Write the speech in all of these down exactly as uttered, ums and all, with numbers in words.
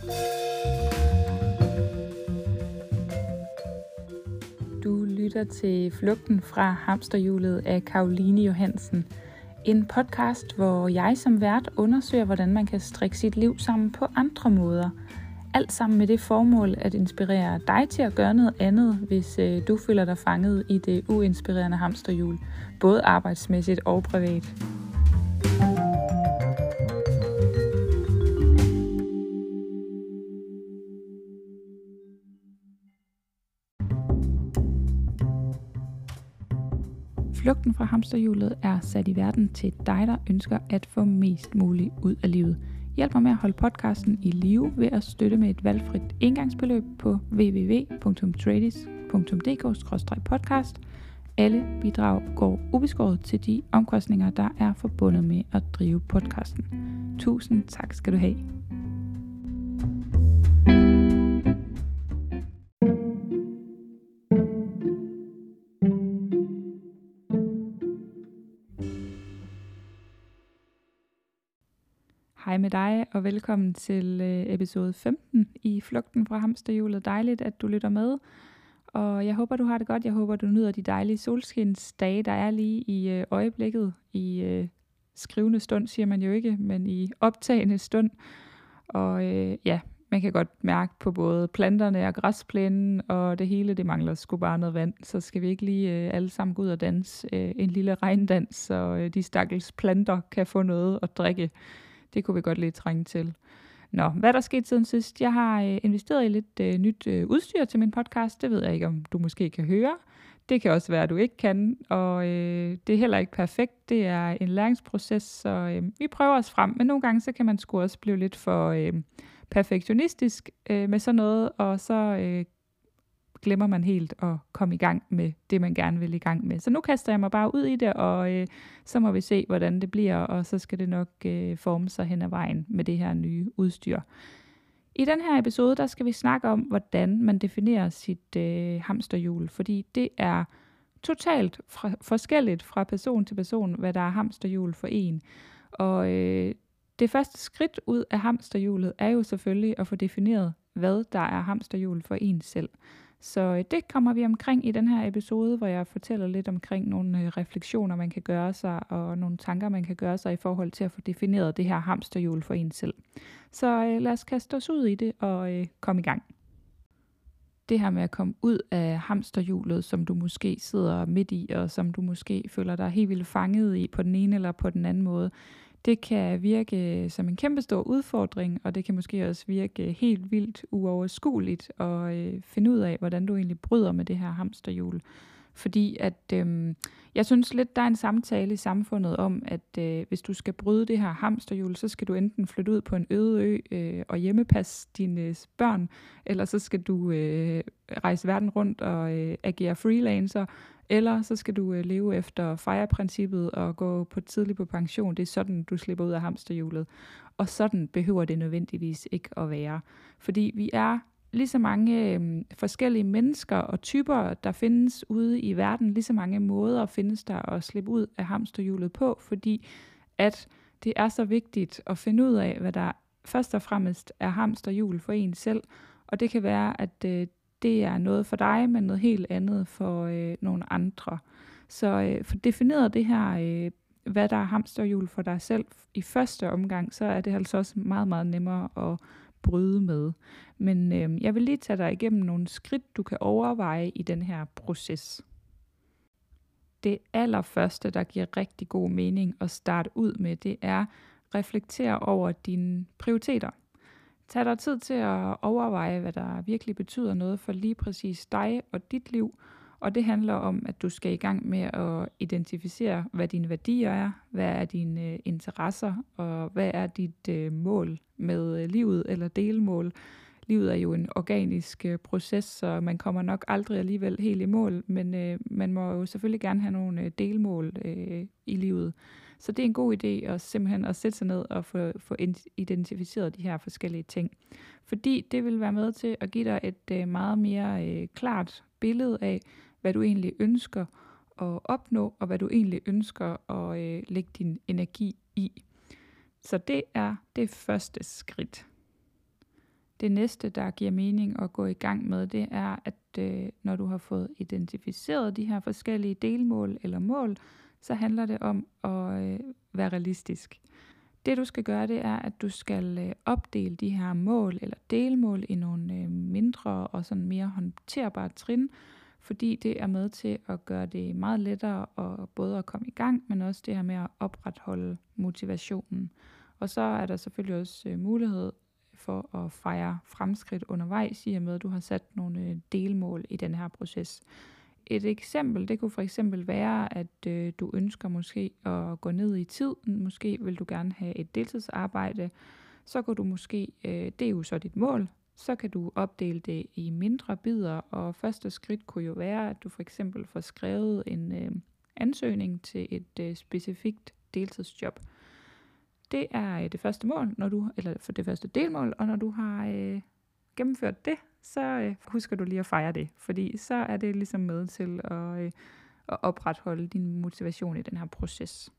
Du lytter til Flugten fra hamsterhjulet af Caroline Johansen. En podcast, hvor jeg som vært undersøger, hvordan man kan strikke sit liv sammen på andre måder. Alt sammen med det formål at inspirere dig til at gøre noget andet, hvis øh, du føler dig fanget i det uinspirerende hamsterhjul, både arbejdsmæssigt og privat. Flugten fra hamsterhjulet er sat i verden til dig, der ønsker at få mest muligt ud af livet. Hjælp mig med at holde podcasten i live ved at støtte med et valgfrit engangsbeløb på w w w punktum tradis punktum d k skråstreg podcast. Alle bidrag går ubeskåret til de omkostninger, der er forbundet med at drive podcasten. Tusind tak skal du have. Hej med dig, og velkommen til episode femten i Flugten fra hamsterhjulet. Dejligt, at du lytter med, og jeg håber, du har det godt. Jeg håber, du nyder de dejlige solskinsdage, der er lige i øjeblikket. I øh, skrivende stund, siger man jo ikke, men i optagende stund. Og øh, ja, man kan godt mærke på både planterne og græsplænen, og det hele, det mangler sgu bare noget vand. Så skal vi ikke lige øh, alle sammen gå ud og danse øh, en lille regndans, så øh, de stakkels planter kan få noget at drikke. Det kunne vi godt lige trænge til. Nå, hvad der skete siden sidst? Jeg har øh, investeret i lidt øh, nyt øh, udstyr til min podcast. Det ved jeg ikke, om du måske kan høre. Det kan også være, at du ikke kan. Og øh, det er heller ikke perfekt. Det er en læringsproces, så øh, vi prøver os frem. Men nogle gange, så kan man sgu også blive lidt for øh, perfektionistisk øh, med sådan noget. Og så øh, glemmer man helt at komme i gang med det, man gerne vil i gang med. Så nu kaster jeg mig bare ud i det, og øh, så må vi se, hvordan det bliver, og så skal det nok øh, forme sig hen ad vejen med det her nye udstyr. I den her episode, der skal vi snakke om, hvordan man definerer sit øh, hamsterhjul, fordi det er totalt fra, forskelligt fra person til person, hvad der er hamsterhjul for en. Og øh, det første skridt ud af hamsterhjulet er jo selvfølgelig at få defineret, hvad der er hamsterhjul for en selv. Så det kommer vi omkring i den her episode, hvor jeg fortæller lidt omkring nogle refleksioner, man kan gøre sig, og nogle tanker, man kan gøre sig i forhold til at få defineret det her hamsterhjul for en selv. Så øh, lad os kaste os ud i det og øh, komme i gang. Det her med at komme ud af hamsterhjulet, som du måske sidder midt i, og som du måske føler dig helt vildt fanget i på den ene eller på den anden måde, det kan virke som en kæmpestor udfordring, og det kan måske også virke helt vildt uoverskueligt at øh, finde ud af, hvordan du egentlig bryder med det her hamsterhjul. Fordi at øh, jeg synes lidt, der er en samtale i samfundet om, at øh, hvis du skal bryde det her hamsterhjul, så skal du enten flytte ud på en øde ø øh, og hjemmepasse dine børn, eller så skal du øh, rejse verden rundt og øh, agere freelancer, eller så skal du øh, leve efter FIRE-princippet og gå på tidligt på pension. Det er sådan, du slipper ud af hamsterhjulet. Og sådan behøver det nødvendigvis ikke at være. Fordi vi er lige så mange øh, forskellige mennesker og typer, der findes ude i verden. Lige så mange måder findes der at slippe ud af hamsterhjulet på, fordi at det er så vigtigt at finde ud af, hvad der først og fremmest er hamsterhjul for en selv. Og det kan være, at øh, det er noget for dig, men noget helt andet for øh, nogle andre. Så øh, for defineret det her, øh, hvad der er hamsterhjul for dig selv i første omgang, så er det altså også meget, meget nemmere at bryde med. Men øh, jeg vil lige tage dig igennem nogle skridt, du kan overveje i den her proces. Det allerførste, der giver rigtig god mening at starte ud med, det er reflektere over dine prioriteter. Tag dig tid til at overveje, hvad der virkelig betyder noget for lige præcis dig og dit liv. Og det handler om, at du skal i gang med at identificere, hvad dine værdier er, hvad er dine interesser, og hvad er dit øh, mål med livet eller delmål. Livet er jo en organisk øh, proces, så man kommer nok aldrig alligevel helt i mål, men øh, man må jo selvfølgelig gerne have nogle øh, delmål øh, i livet. Så det er en god idé at simpelthen at sætte sig ned og få, få identificeret de her forskellige ting. Fordi det vil være med til at give dig et øh, meget mere øh, klart billede af, hvad du egentlig ønsker at opnå, og hvad du egentlig ønsker at øh, lægge din energi i. Så det er det første skridt. Det næste, der giver mening at gå i gang med, det er, at øh, når du har fået identificeret de her forskellige delmål eller mål, så handler det om at øh, være realistisk. Det du skal gøre, det er, at du skal øh, opdele de her mål eller delmål i nogle øh, mindre og sådan mere håndterbare trin, fordi det er med til at gøre det meget lettere at både at komme i gang, men også det her med at opretholde motivationen. Og så er der selvfølgelig også øh, mulighed for at fejre fremskridt undervejs, i og med at du har sat nogle øh, delmål i den her proces. Et eksempel, det kunne for eksempel være, at øh, du ønsker måske at gå ned i tid. Måske vil du gerne have et deltidsarbejde. Så kan du måske, øh, det er jo så dit mål, så kan du opdele det i mindre bidder. Og første skridt kunne jo være, at du for eksempel får skrevet en øh, ansøgning til et øh, specifikt deltidsjob. Det er øh, det første mål, når du, eller for det første delmål, og når du har øh, gennemført det, så øh, husker du lige at fejre det, fordi så er det ligesom med til at, øh, at opretholde din motivation i den her proces.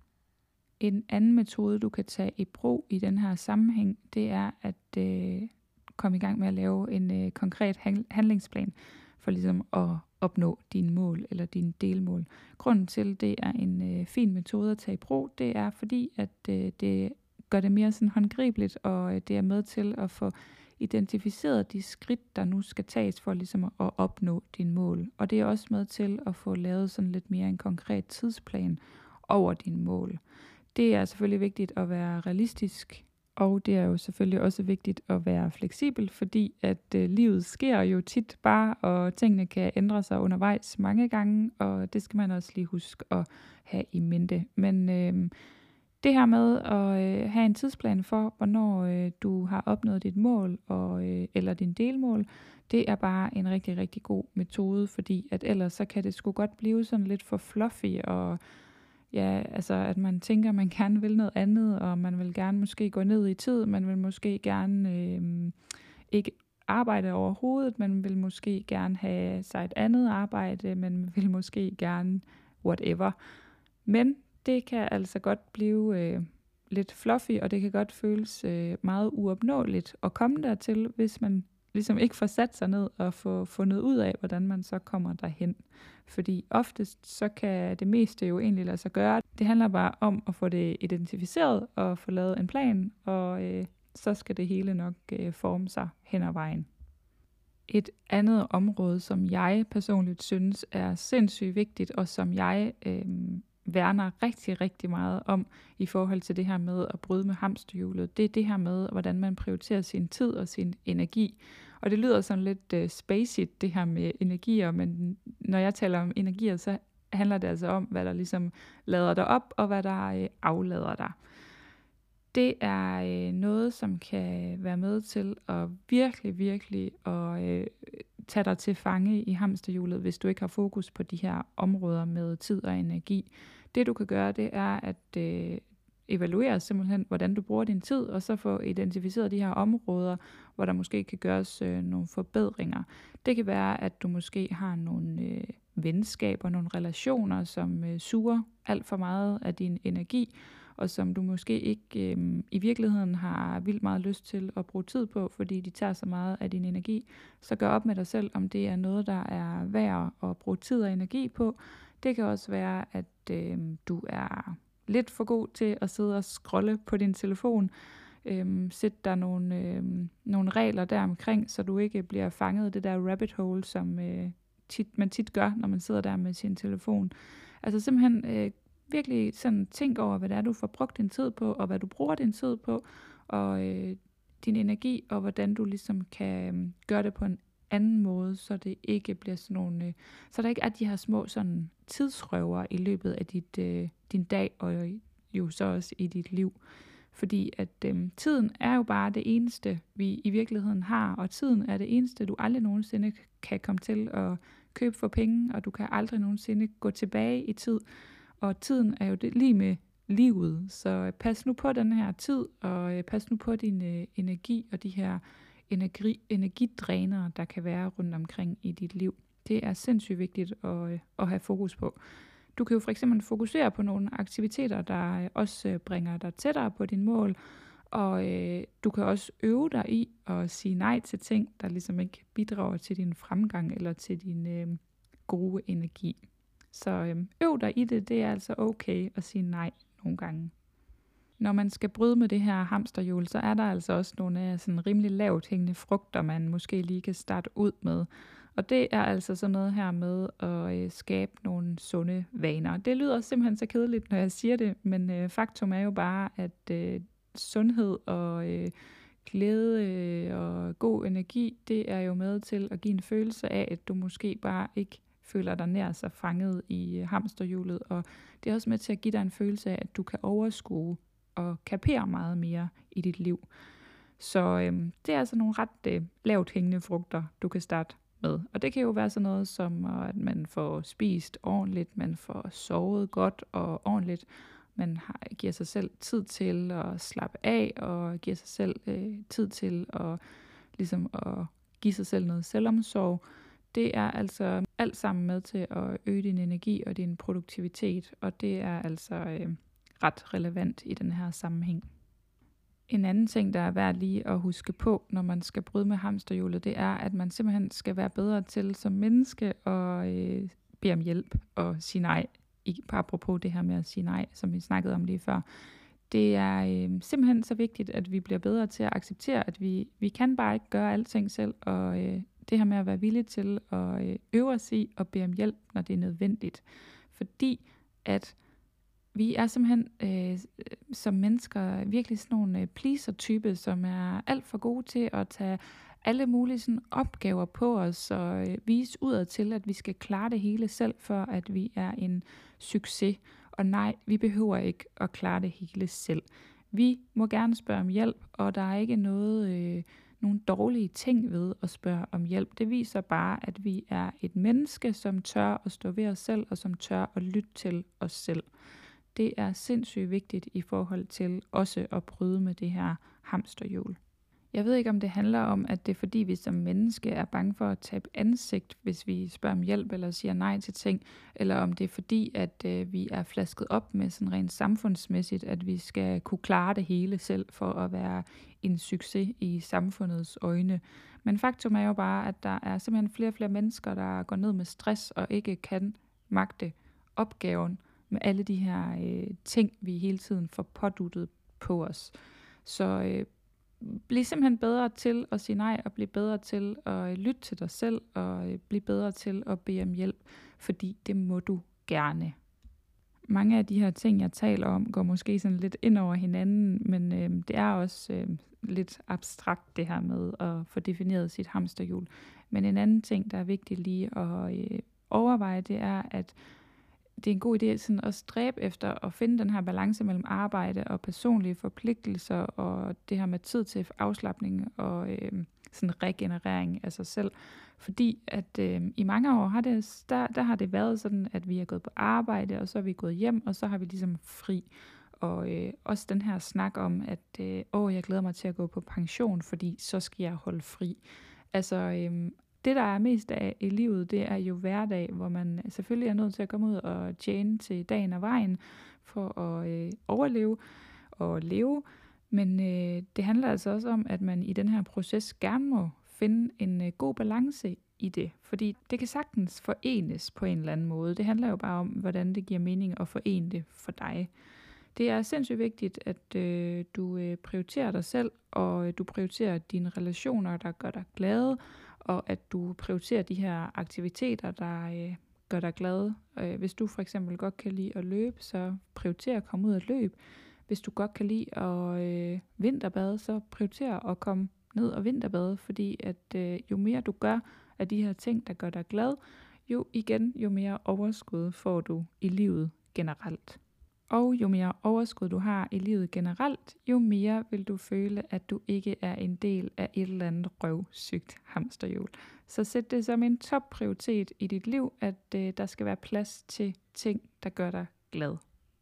En anden metode, du kan tage i brug i den her sammenhæng, det er at øh, komme i gang med at lave en øh, konkret handlingsplan for ligesom at opnå dine mål eller dine delmål. Grunden til, det er en øh, fin metode at tage i brug, det er fordi, at øh, det gør det mere sådan håndgribeligt, og øh, det er med til at få identificeret de skridt, der nu skal tages for ligesom at opnå dine mål. Og det er også med til at få lavet sådan lidt mere en konkret tidsplan over dine mål. Det er selvfølgelig vigtigt at være realistisk, og det er jo selvfølgelig også vigtigt at være fleksibel, fordi at øh, livet sker jo tit bare, og tingene kan ændre sig undervejs mange gange, og det skal man også lige huske at have i mente. Men øh, det her med at øh, have en tidsplan for, hvornår øh, du har opnået dit mål og, øh, eller din delmål, det er bare en rigtig, rigtig god metode, fordi at ellers så kan det sgu godt blive sådan lidt for fluffy, og ja, altså at man tænker, at man gerne vil noget andet, og man vil gerne måske gå ned i tid, man vil måske gerne øh, ikke arbejde overhovedet, man vil måske gerne have sig et andet arbejde, man vil måske gerne whatever. Men det kan altså godt blive øh, lidt fluffy, og det kan godt føles øh, meget uopnåeligt at komme dertil, hvis man ligesom ikke får sat sig ned og få fundet ud af, hvordan man så kommer derhen. Fordi oftest så kan det meste jo egentlig lade sig gøre. Det handler bare om at få det identificeret og få lavet en plan, og øh, så skal det hele nok øh, forme sig hen ad vejen. Et andet område, som jeg personligt synes er sindssygt vigtigt, og som jeg øh, værner rigtig, rigtig meget om i forhold til det her med at bryde med hamsterhjulet, det er det her med, hvordan man prioriterer sin tid og sin energi. Og det lyder sådan lidt uh, spacey, det her med energier, men når jeg taler om energier, så handler det altså om, hvad der ligesom lader dig op, og hvad der øh, aflader dig. Det er øh, noget, som kan være med til at virkelig, virkelig at øh, tage dig til fange i hamsterhjulet, hvis du ikke har fokus på de her områder med tid og energi. Det du kan gøre, det er at øh, evaluere simpelthen, hvordan du bruger din tid, og så få identificeret de her områder, hvor der måske kan gøres øh, nogle forbedringer. Det kan være, at du måske har nogle øh, venskaber, nogle relationer, som øh, suger alt for meget af din energi, og som du måske ikke øh, i virkeligheden har vildt meget lyst til at bruge tid på, fordi de tager så meget af din energi. Så gør op med dig selv, om det er noget, der er værd at bruge tid og energi på. Det kan også være, at øh, du er lidt for god til at sidde og scrolle på din telefon. Øhm, sæt der nogle, øhm, nogle regler der omkring, så du ikke bliver fanget i det der rabbit hole, som øh, tit, man tit gør, når man sidder der med sin telefon. Altså simpelthen øh, virkelig sådan tænk over, hvad det er, du får brugt din tid på, og hvad du bruger din tid på, og øh, din energi, og hvordan du ligesom kan øh, gøre det på en anden måde, så det ikke bliver sådan nogle, øh, så der ikke er de her små sådan tidsrøver i løbet af dit, øh, din dag, og jo så også i dit liv. Fordi at øh, tiden er jo bare det eneste, vi i virkeligheden har, og tiden er det eneste, du aldrig nogensinde kan komme til at købe for penge, og du kan aldrig nogensinde gå tilbage i tid. Og tiden er jo det lige med livet, så pas nu på den her tid, og pas nu på din øh, energi og de her energi, energidrænere, der kan være rundt omkring i dit liv. Det er sindssygt vigtigt at, øh, at have fokus på. Du kan jo for eksempel fokusere på nogle aktiviteter, der også bringer dig tættere på dine mål, Og øh, du kan også øve dig i at sige nej til ting, der ligesom ikke bidrager til din fremgang eller til din øh, gode energi. Så øh, øv dig i det, det er altså okay at sige nej nogle gange. Når man skal bryde med det her hamsterhjul, så er der altså også nogle af sådan rimelig lavt hængende frugter, man måske lige kan starte ud med. Og det er altså sådan noget her med at øh, skabe nogle sunde vaner. Det lyder simpelthen så kedeligt, når jeg siger det, men øh, faktum er jo bare, at øh, sundhed og øh, glæde øh, og god energi, det er jo med til at give en følelse af, at du måske bare ikke føler dig nær så fanget i øh, hamsterhjulet. Og det er også med til at give dig en følelse af, at du kan overskue og kapere meget mere i dit liv. Så øhm, det er altså nogle ret øh, lavt hængende frugter, du kan starte med. Og det kan jo være sådan noget som, at man får spist ordentligt, man får sovet godt og ordentligt, man har, giver sig selv tid til at slappe af, og giver sig selv øh, tid til at, ligesom at give sig selv noget selvomsorg. Det er altså alt sammen med til at øge din energi og din produktivitet, og det er altså øh, ret relevant i den her sammenhæng. En anden ting, der er værd lige at huske på, når man skal bryde med hamsterhjulet, det er, at man simpelthen skal være bedre til som menneske at øh, bede om hjælp og sige nej. Ikke bare apropos det her med at sige nej, som vi snakkede om lige før. Det er øh, simpelthen så vigtigt, at vi bliver bedre til at acceptere, at vi, vi kan bare ikke gøre alting selv, og øh, det her med at være villige til at øh, øve os i og bede om hjælp, når det er nødvendigt. Fordi at vi er simpelthen øh, som mennesker virkelig sådan nogle øh, pleaser-type, som er alt for gode til at tage alle mulige sådan, opgaver på os og øh, vise udad til, at vi skal klare det hele selv, for at vi er en succes. Og nej, vi behøver ikke at klare det hele selv. Vi må gerne spørge om hjælp, og der er ikke noget, øh, nogle dårlige ting ved at spørge om hjælp. Det viser bare, at vi er et menneske, som tør at stå ved os selv, og som tør at lytte til os selv. Det er sindssygt vigtigt i forhold til også at bryde med det her hamsterhjul. Jeg ved ikke, om det handler om, at det er fordi, vi som menneske er bange for at tabe ansigt, hvis vi spørger om hjælp eller siger nej til ting, eller om det er fordi, at øh, vi er flasket op med sådan rent samfundsmæssigt, at vi skal kunne klare det hele selv for at være en succes i samfundets øjne. Men faktum er jo bare, at der er simpelthen flere og flere mennesker, der går ned med stress og ikke kan magte opgaven med alle de her øh, ting, vi hele tiden får påduttet på os. Så øh, bliv simpelthen bedre til at sige nej, og bliv bedre til at lytte til dig selv, og øh, bliv bedre til at bede om hjælp, fordi det må du gerne. Mange af de her ting, jeg taler om, går måske sådan lidt ind over hinanden, men øh, det er også øh, lidt abstrakt det her med at få defineret sit hamsterhjul. Men en anden ting, der er vigtigt lige at øh, overveje, det er, at det er en god idé sådan at stræbe efter at finde den her balance mellem arbejde og personlige forpligtelser, og det her med tid til afslapning og øh, sådan regenerering af sig selv. Fordi at øh, i mange år har det, der, der har det været sådan, at vi er gået på arbejde, og så er vi gået hjem, og så har vi ligesom fri. Og øh, også den her snak om, at øh, åh, jeg glæder mig til at gå på pension, fordi så skal jeg holde fri. Altså øh, det, der er mest af i livet, det er jo hverdag, hvor man selvfølgelig er nødt til at komme ud og tjene til dagen og vejen for at øh, overleve og leve. Men øh, det handler altså også om, at man i den her proces gerne må finde en øh, god balance i det. Fordi det kan sagtens forenes på en eller anden måde. Det handler jo bare om, hvordan det giver mening at forene det for dig. Det er sindssygt vigtigt, at øh, du øh, prioriterer dig selv, og øh, du prioriterer dine relationer, der gør dig glad, og at du prioriterer de her aktiviteter, der øh, gør dig glad. Øh, hvis du for eksempel godt kan lide at løbe, så prioriter at komme ud og løbe. Hvis du godt kan lide at øh, vinterbade, så prioriter at komme ned og vinterbade, fordi at øh, jo mere du gør af de her ting, der gør dig glad, jo igen, jo mere overskud får du i livet generelt. Og jo mere overskud du har i livet generelt, jo mere vil du føle, at du ikke er en del af et eller andet røvsygt hamsterhjul. Så sæt det som en topprioritet i dit liv, at øh, der skal være plads til ting, der gør dig glad.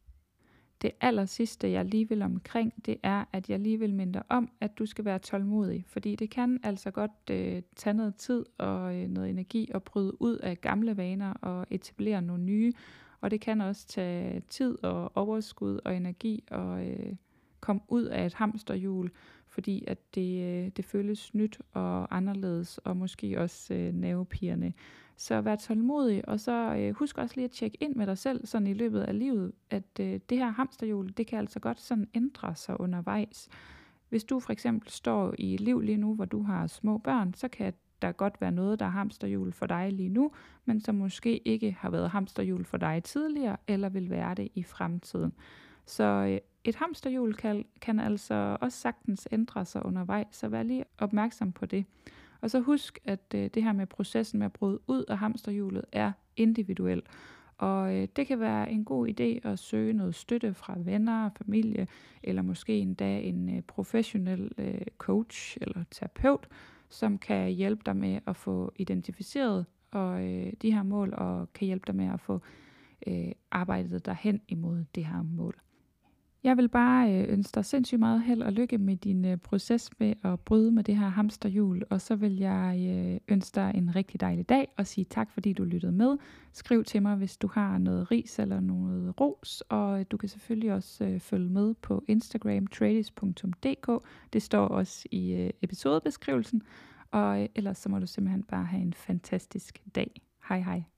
Det aller sidste, jeg lige vil omkring, det er, at jeg lige vil minde dig om, at du skal være tålmodig. Fordi det kan altså godt øh, tage noget tid og øh, noget energi at bryde ud af gamle vaner og etablere nogle nye. Og det kan også tage tid og overskud og energi og øh, komme ud af et hamsterhjul, fordi at det, øh, det føles nyt og anderledes, og måske også øh, nervepirrende. Så vær tålmodig, og så øh, husk også lige at tjekke ind med dig selv sådan i løbet af livet, at øh, det her hamsterhjul, det kan altså godt sådan ændre sig undervejs. Hvis du for eksempel står i et liv lige nu, hvor du har små børn, så kan der godt være noget, der er hamsterhjul for dig lige nu, men som måske ikke har været hamsterhjul for dig tidligere, eller vil være det i fremtiden. Så øh, et hamsterhjul kan, kan altså også sagtens ændre sig undervejs, så vær lige opmærksom på det. Og så husk, at øh, det her med processen med at bryde ud af hamsterhjulet er individuel. Og øh, det kan være en god idé at søge noget støtte fra venner, familie, eller måske endda en øh, professionel øh, coach eller terapeut, som kan hjælpe dig med at få identificeret og, øh, de her mål, og kan hjælpe dig med at få øh, arbejdet dig hen imod det her mål. Jeg vil bare øh, ønske dig sindssygt meget held og lykke med din øh, proces med at bryde med det her hamsterhjul, og så vil jeg øh, ønske dig en rigtig dejlig dag og sige tak, fordi du lyttede med. Skriv til mig, hvis du har noget ris eller noget ros, og du kan selvfølgelig også øh, følge med på Instagram, tradis punktum d k. Det står også i øh, episodebeskrivelsen, og øh, ellers så må du simpelthen bare have en fantastisk dag. Hej hej.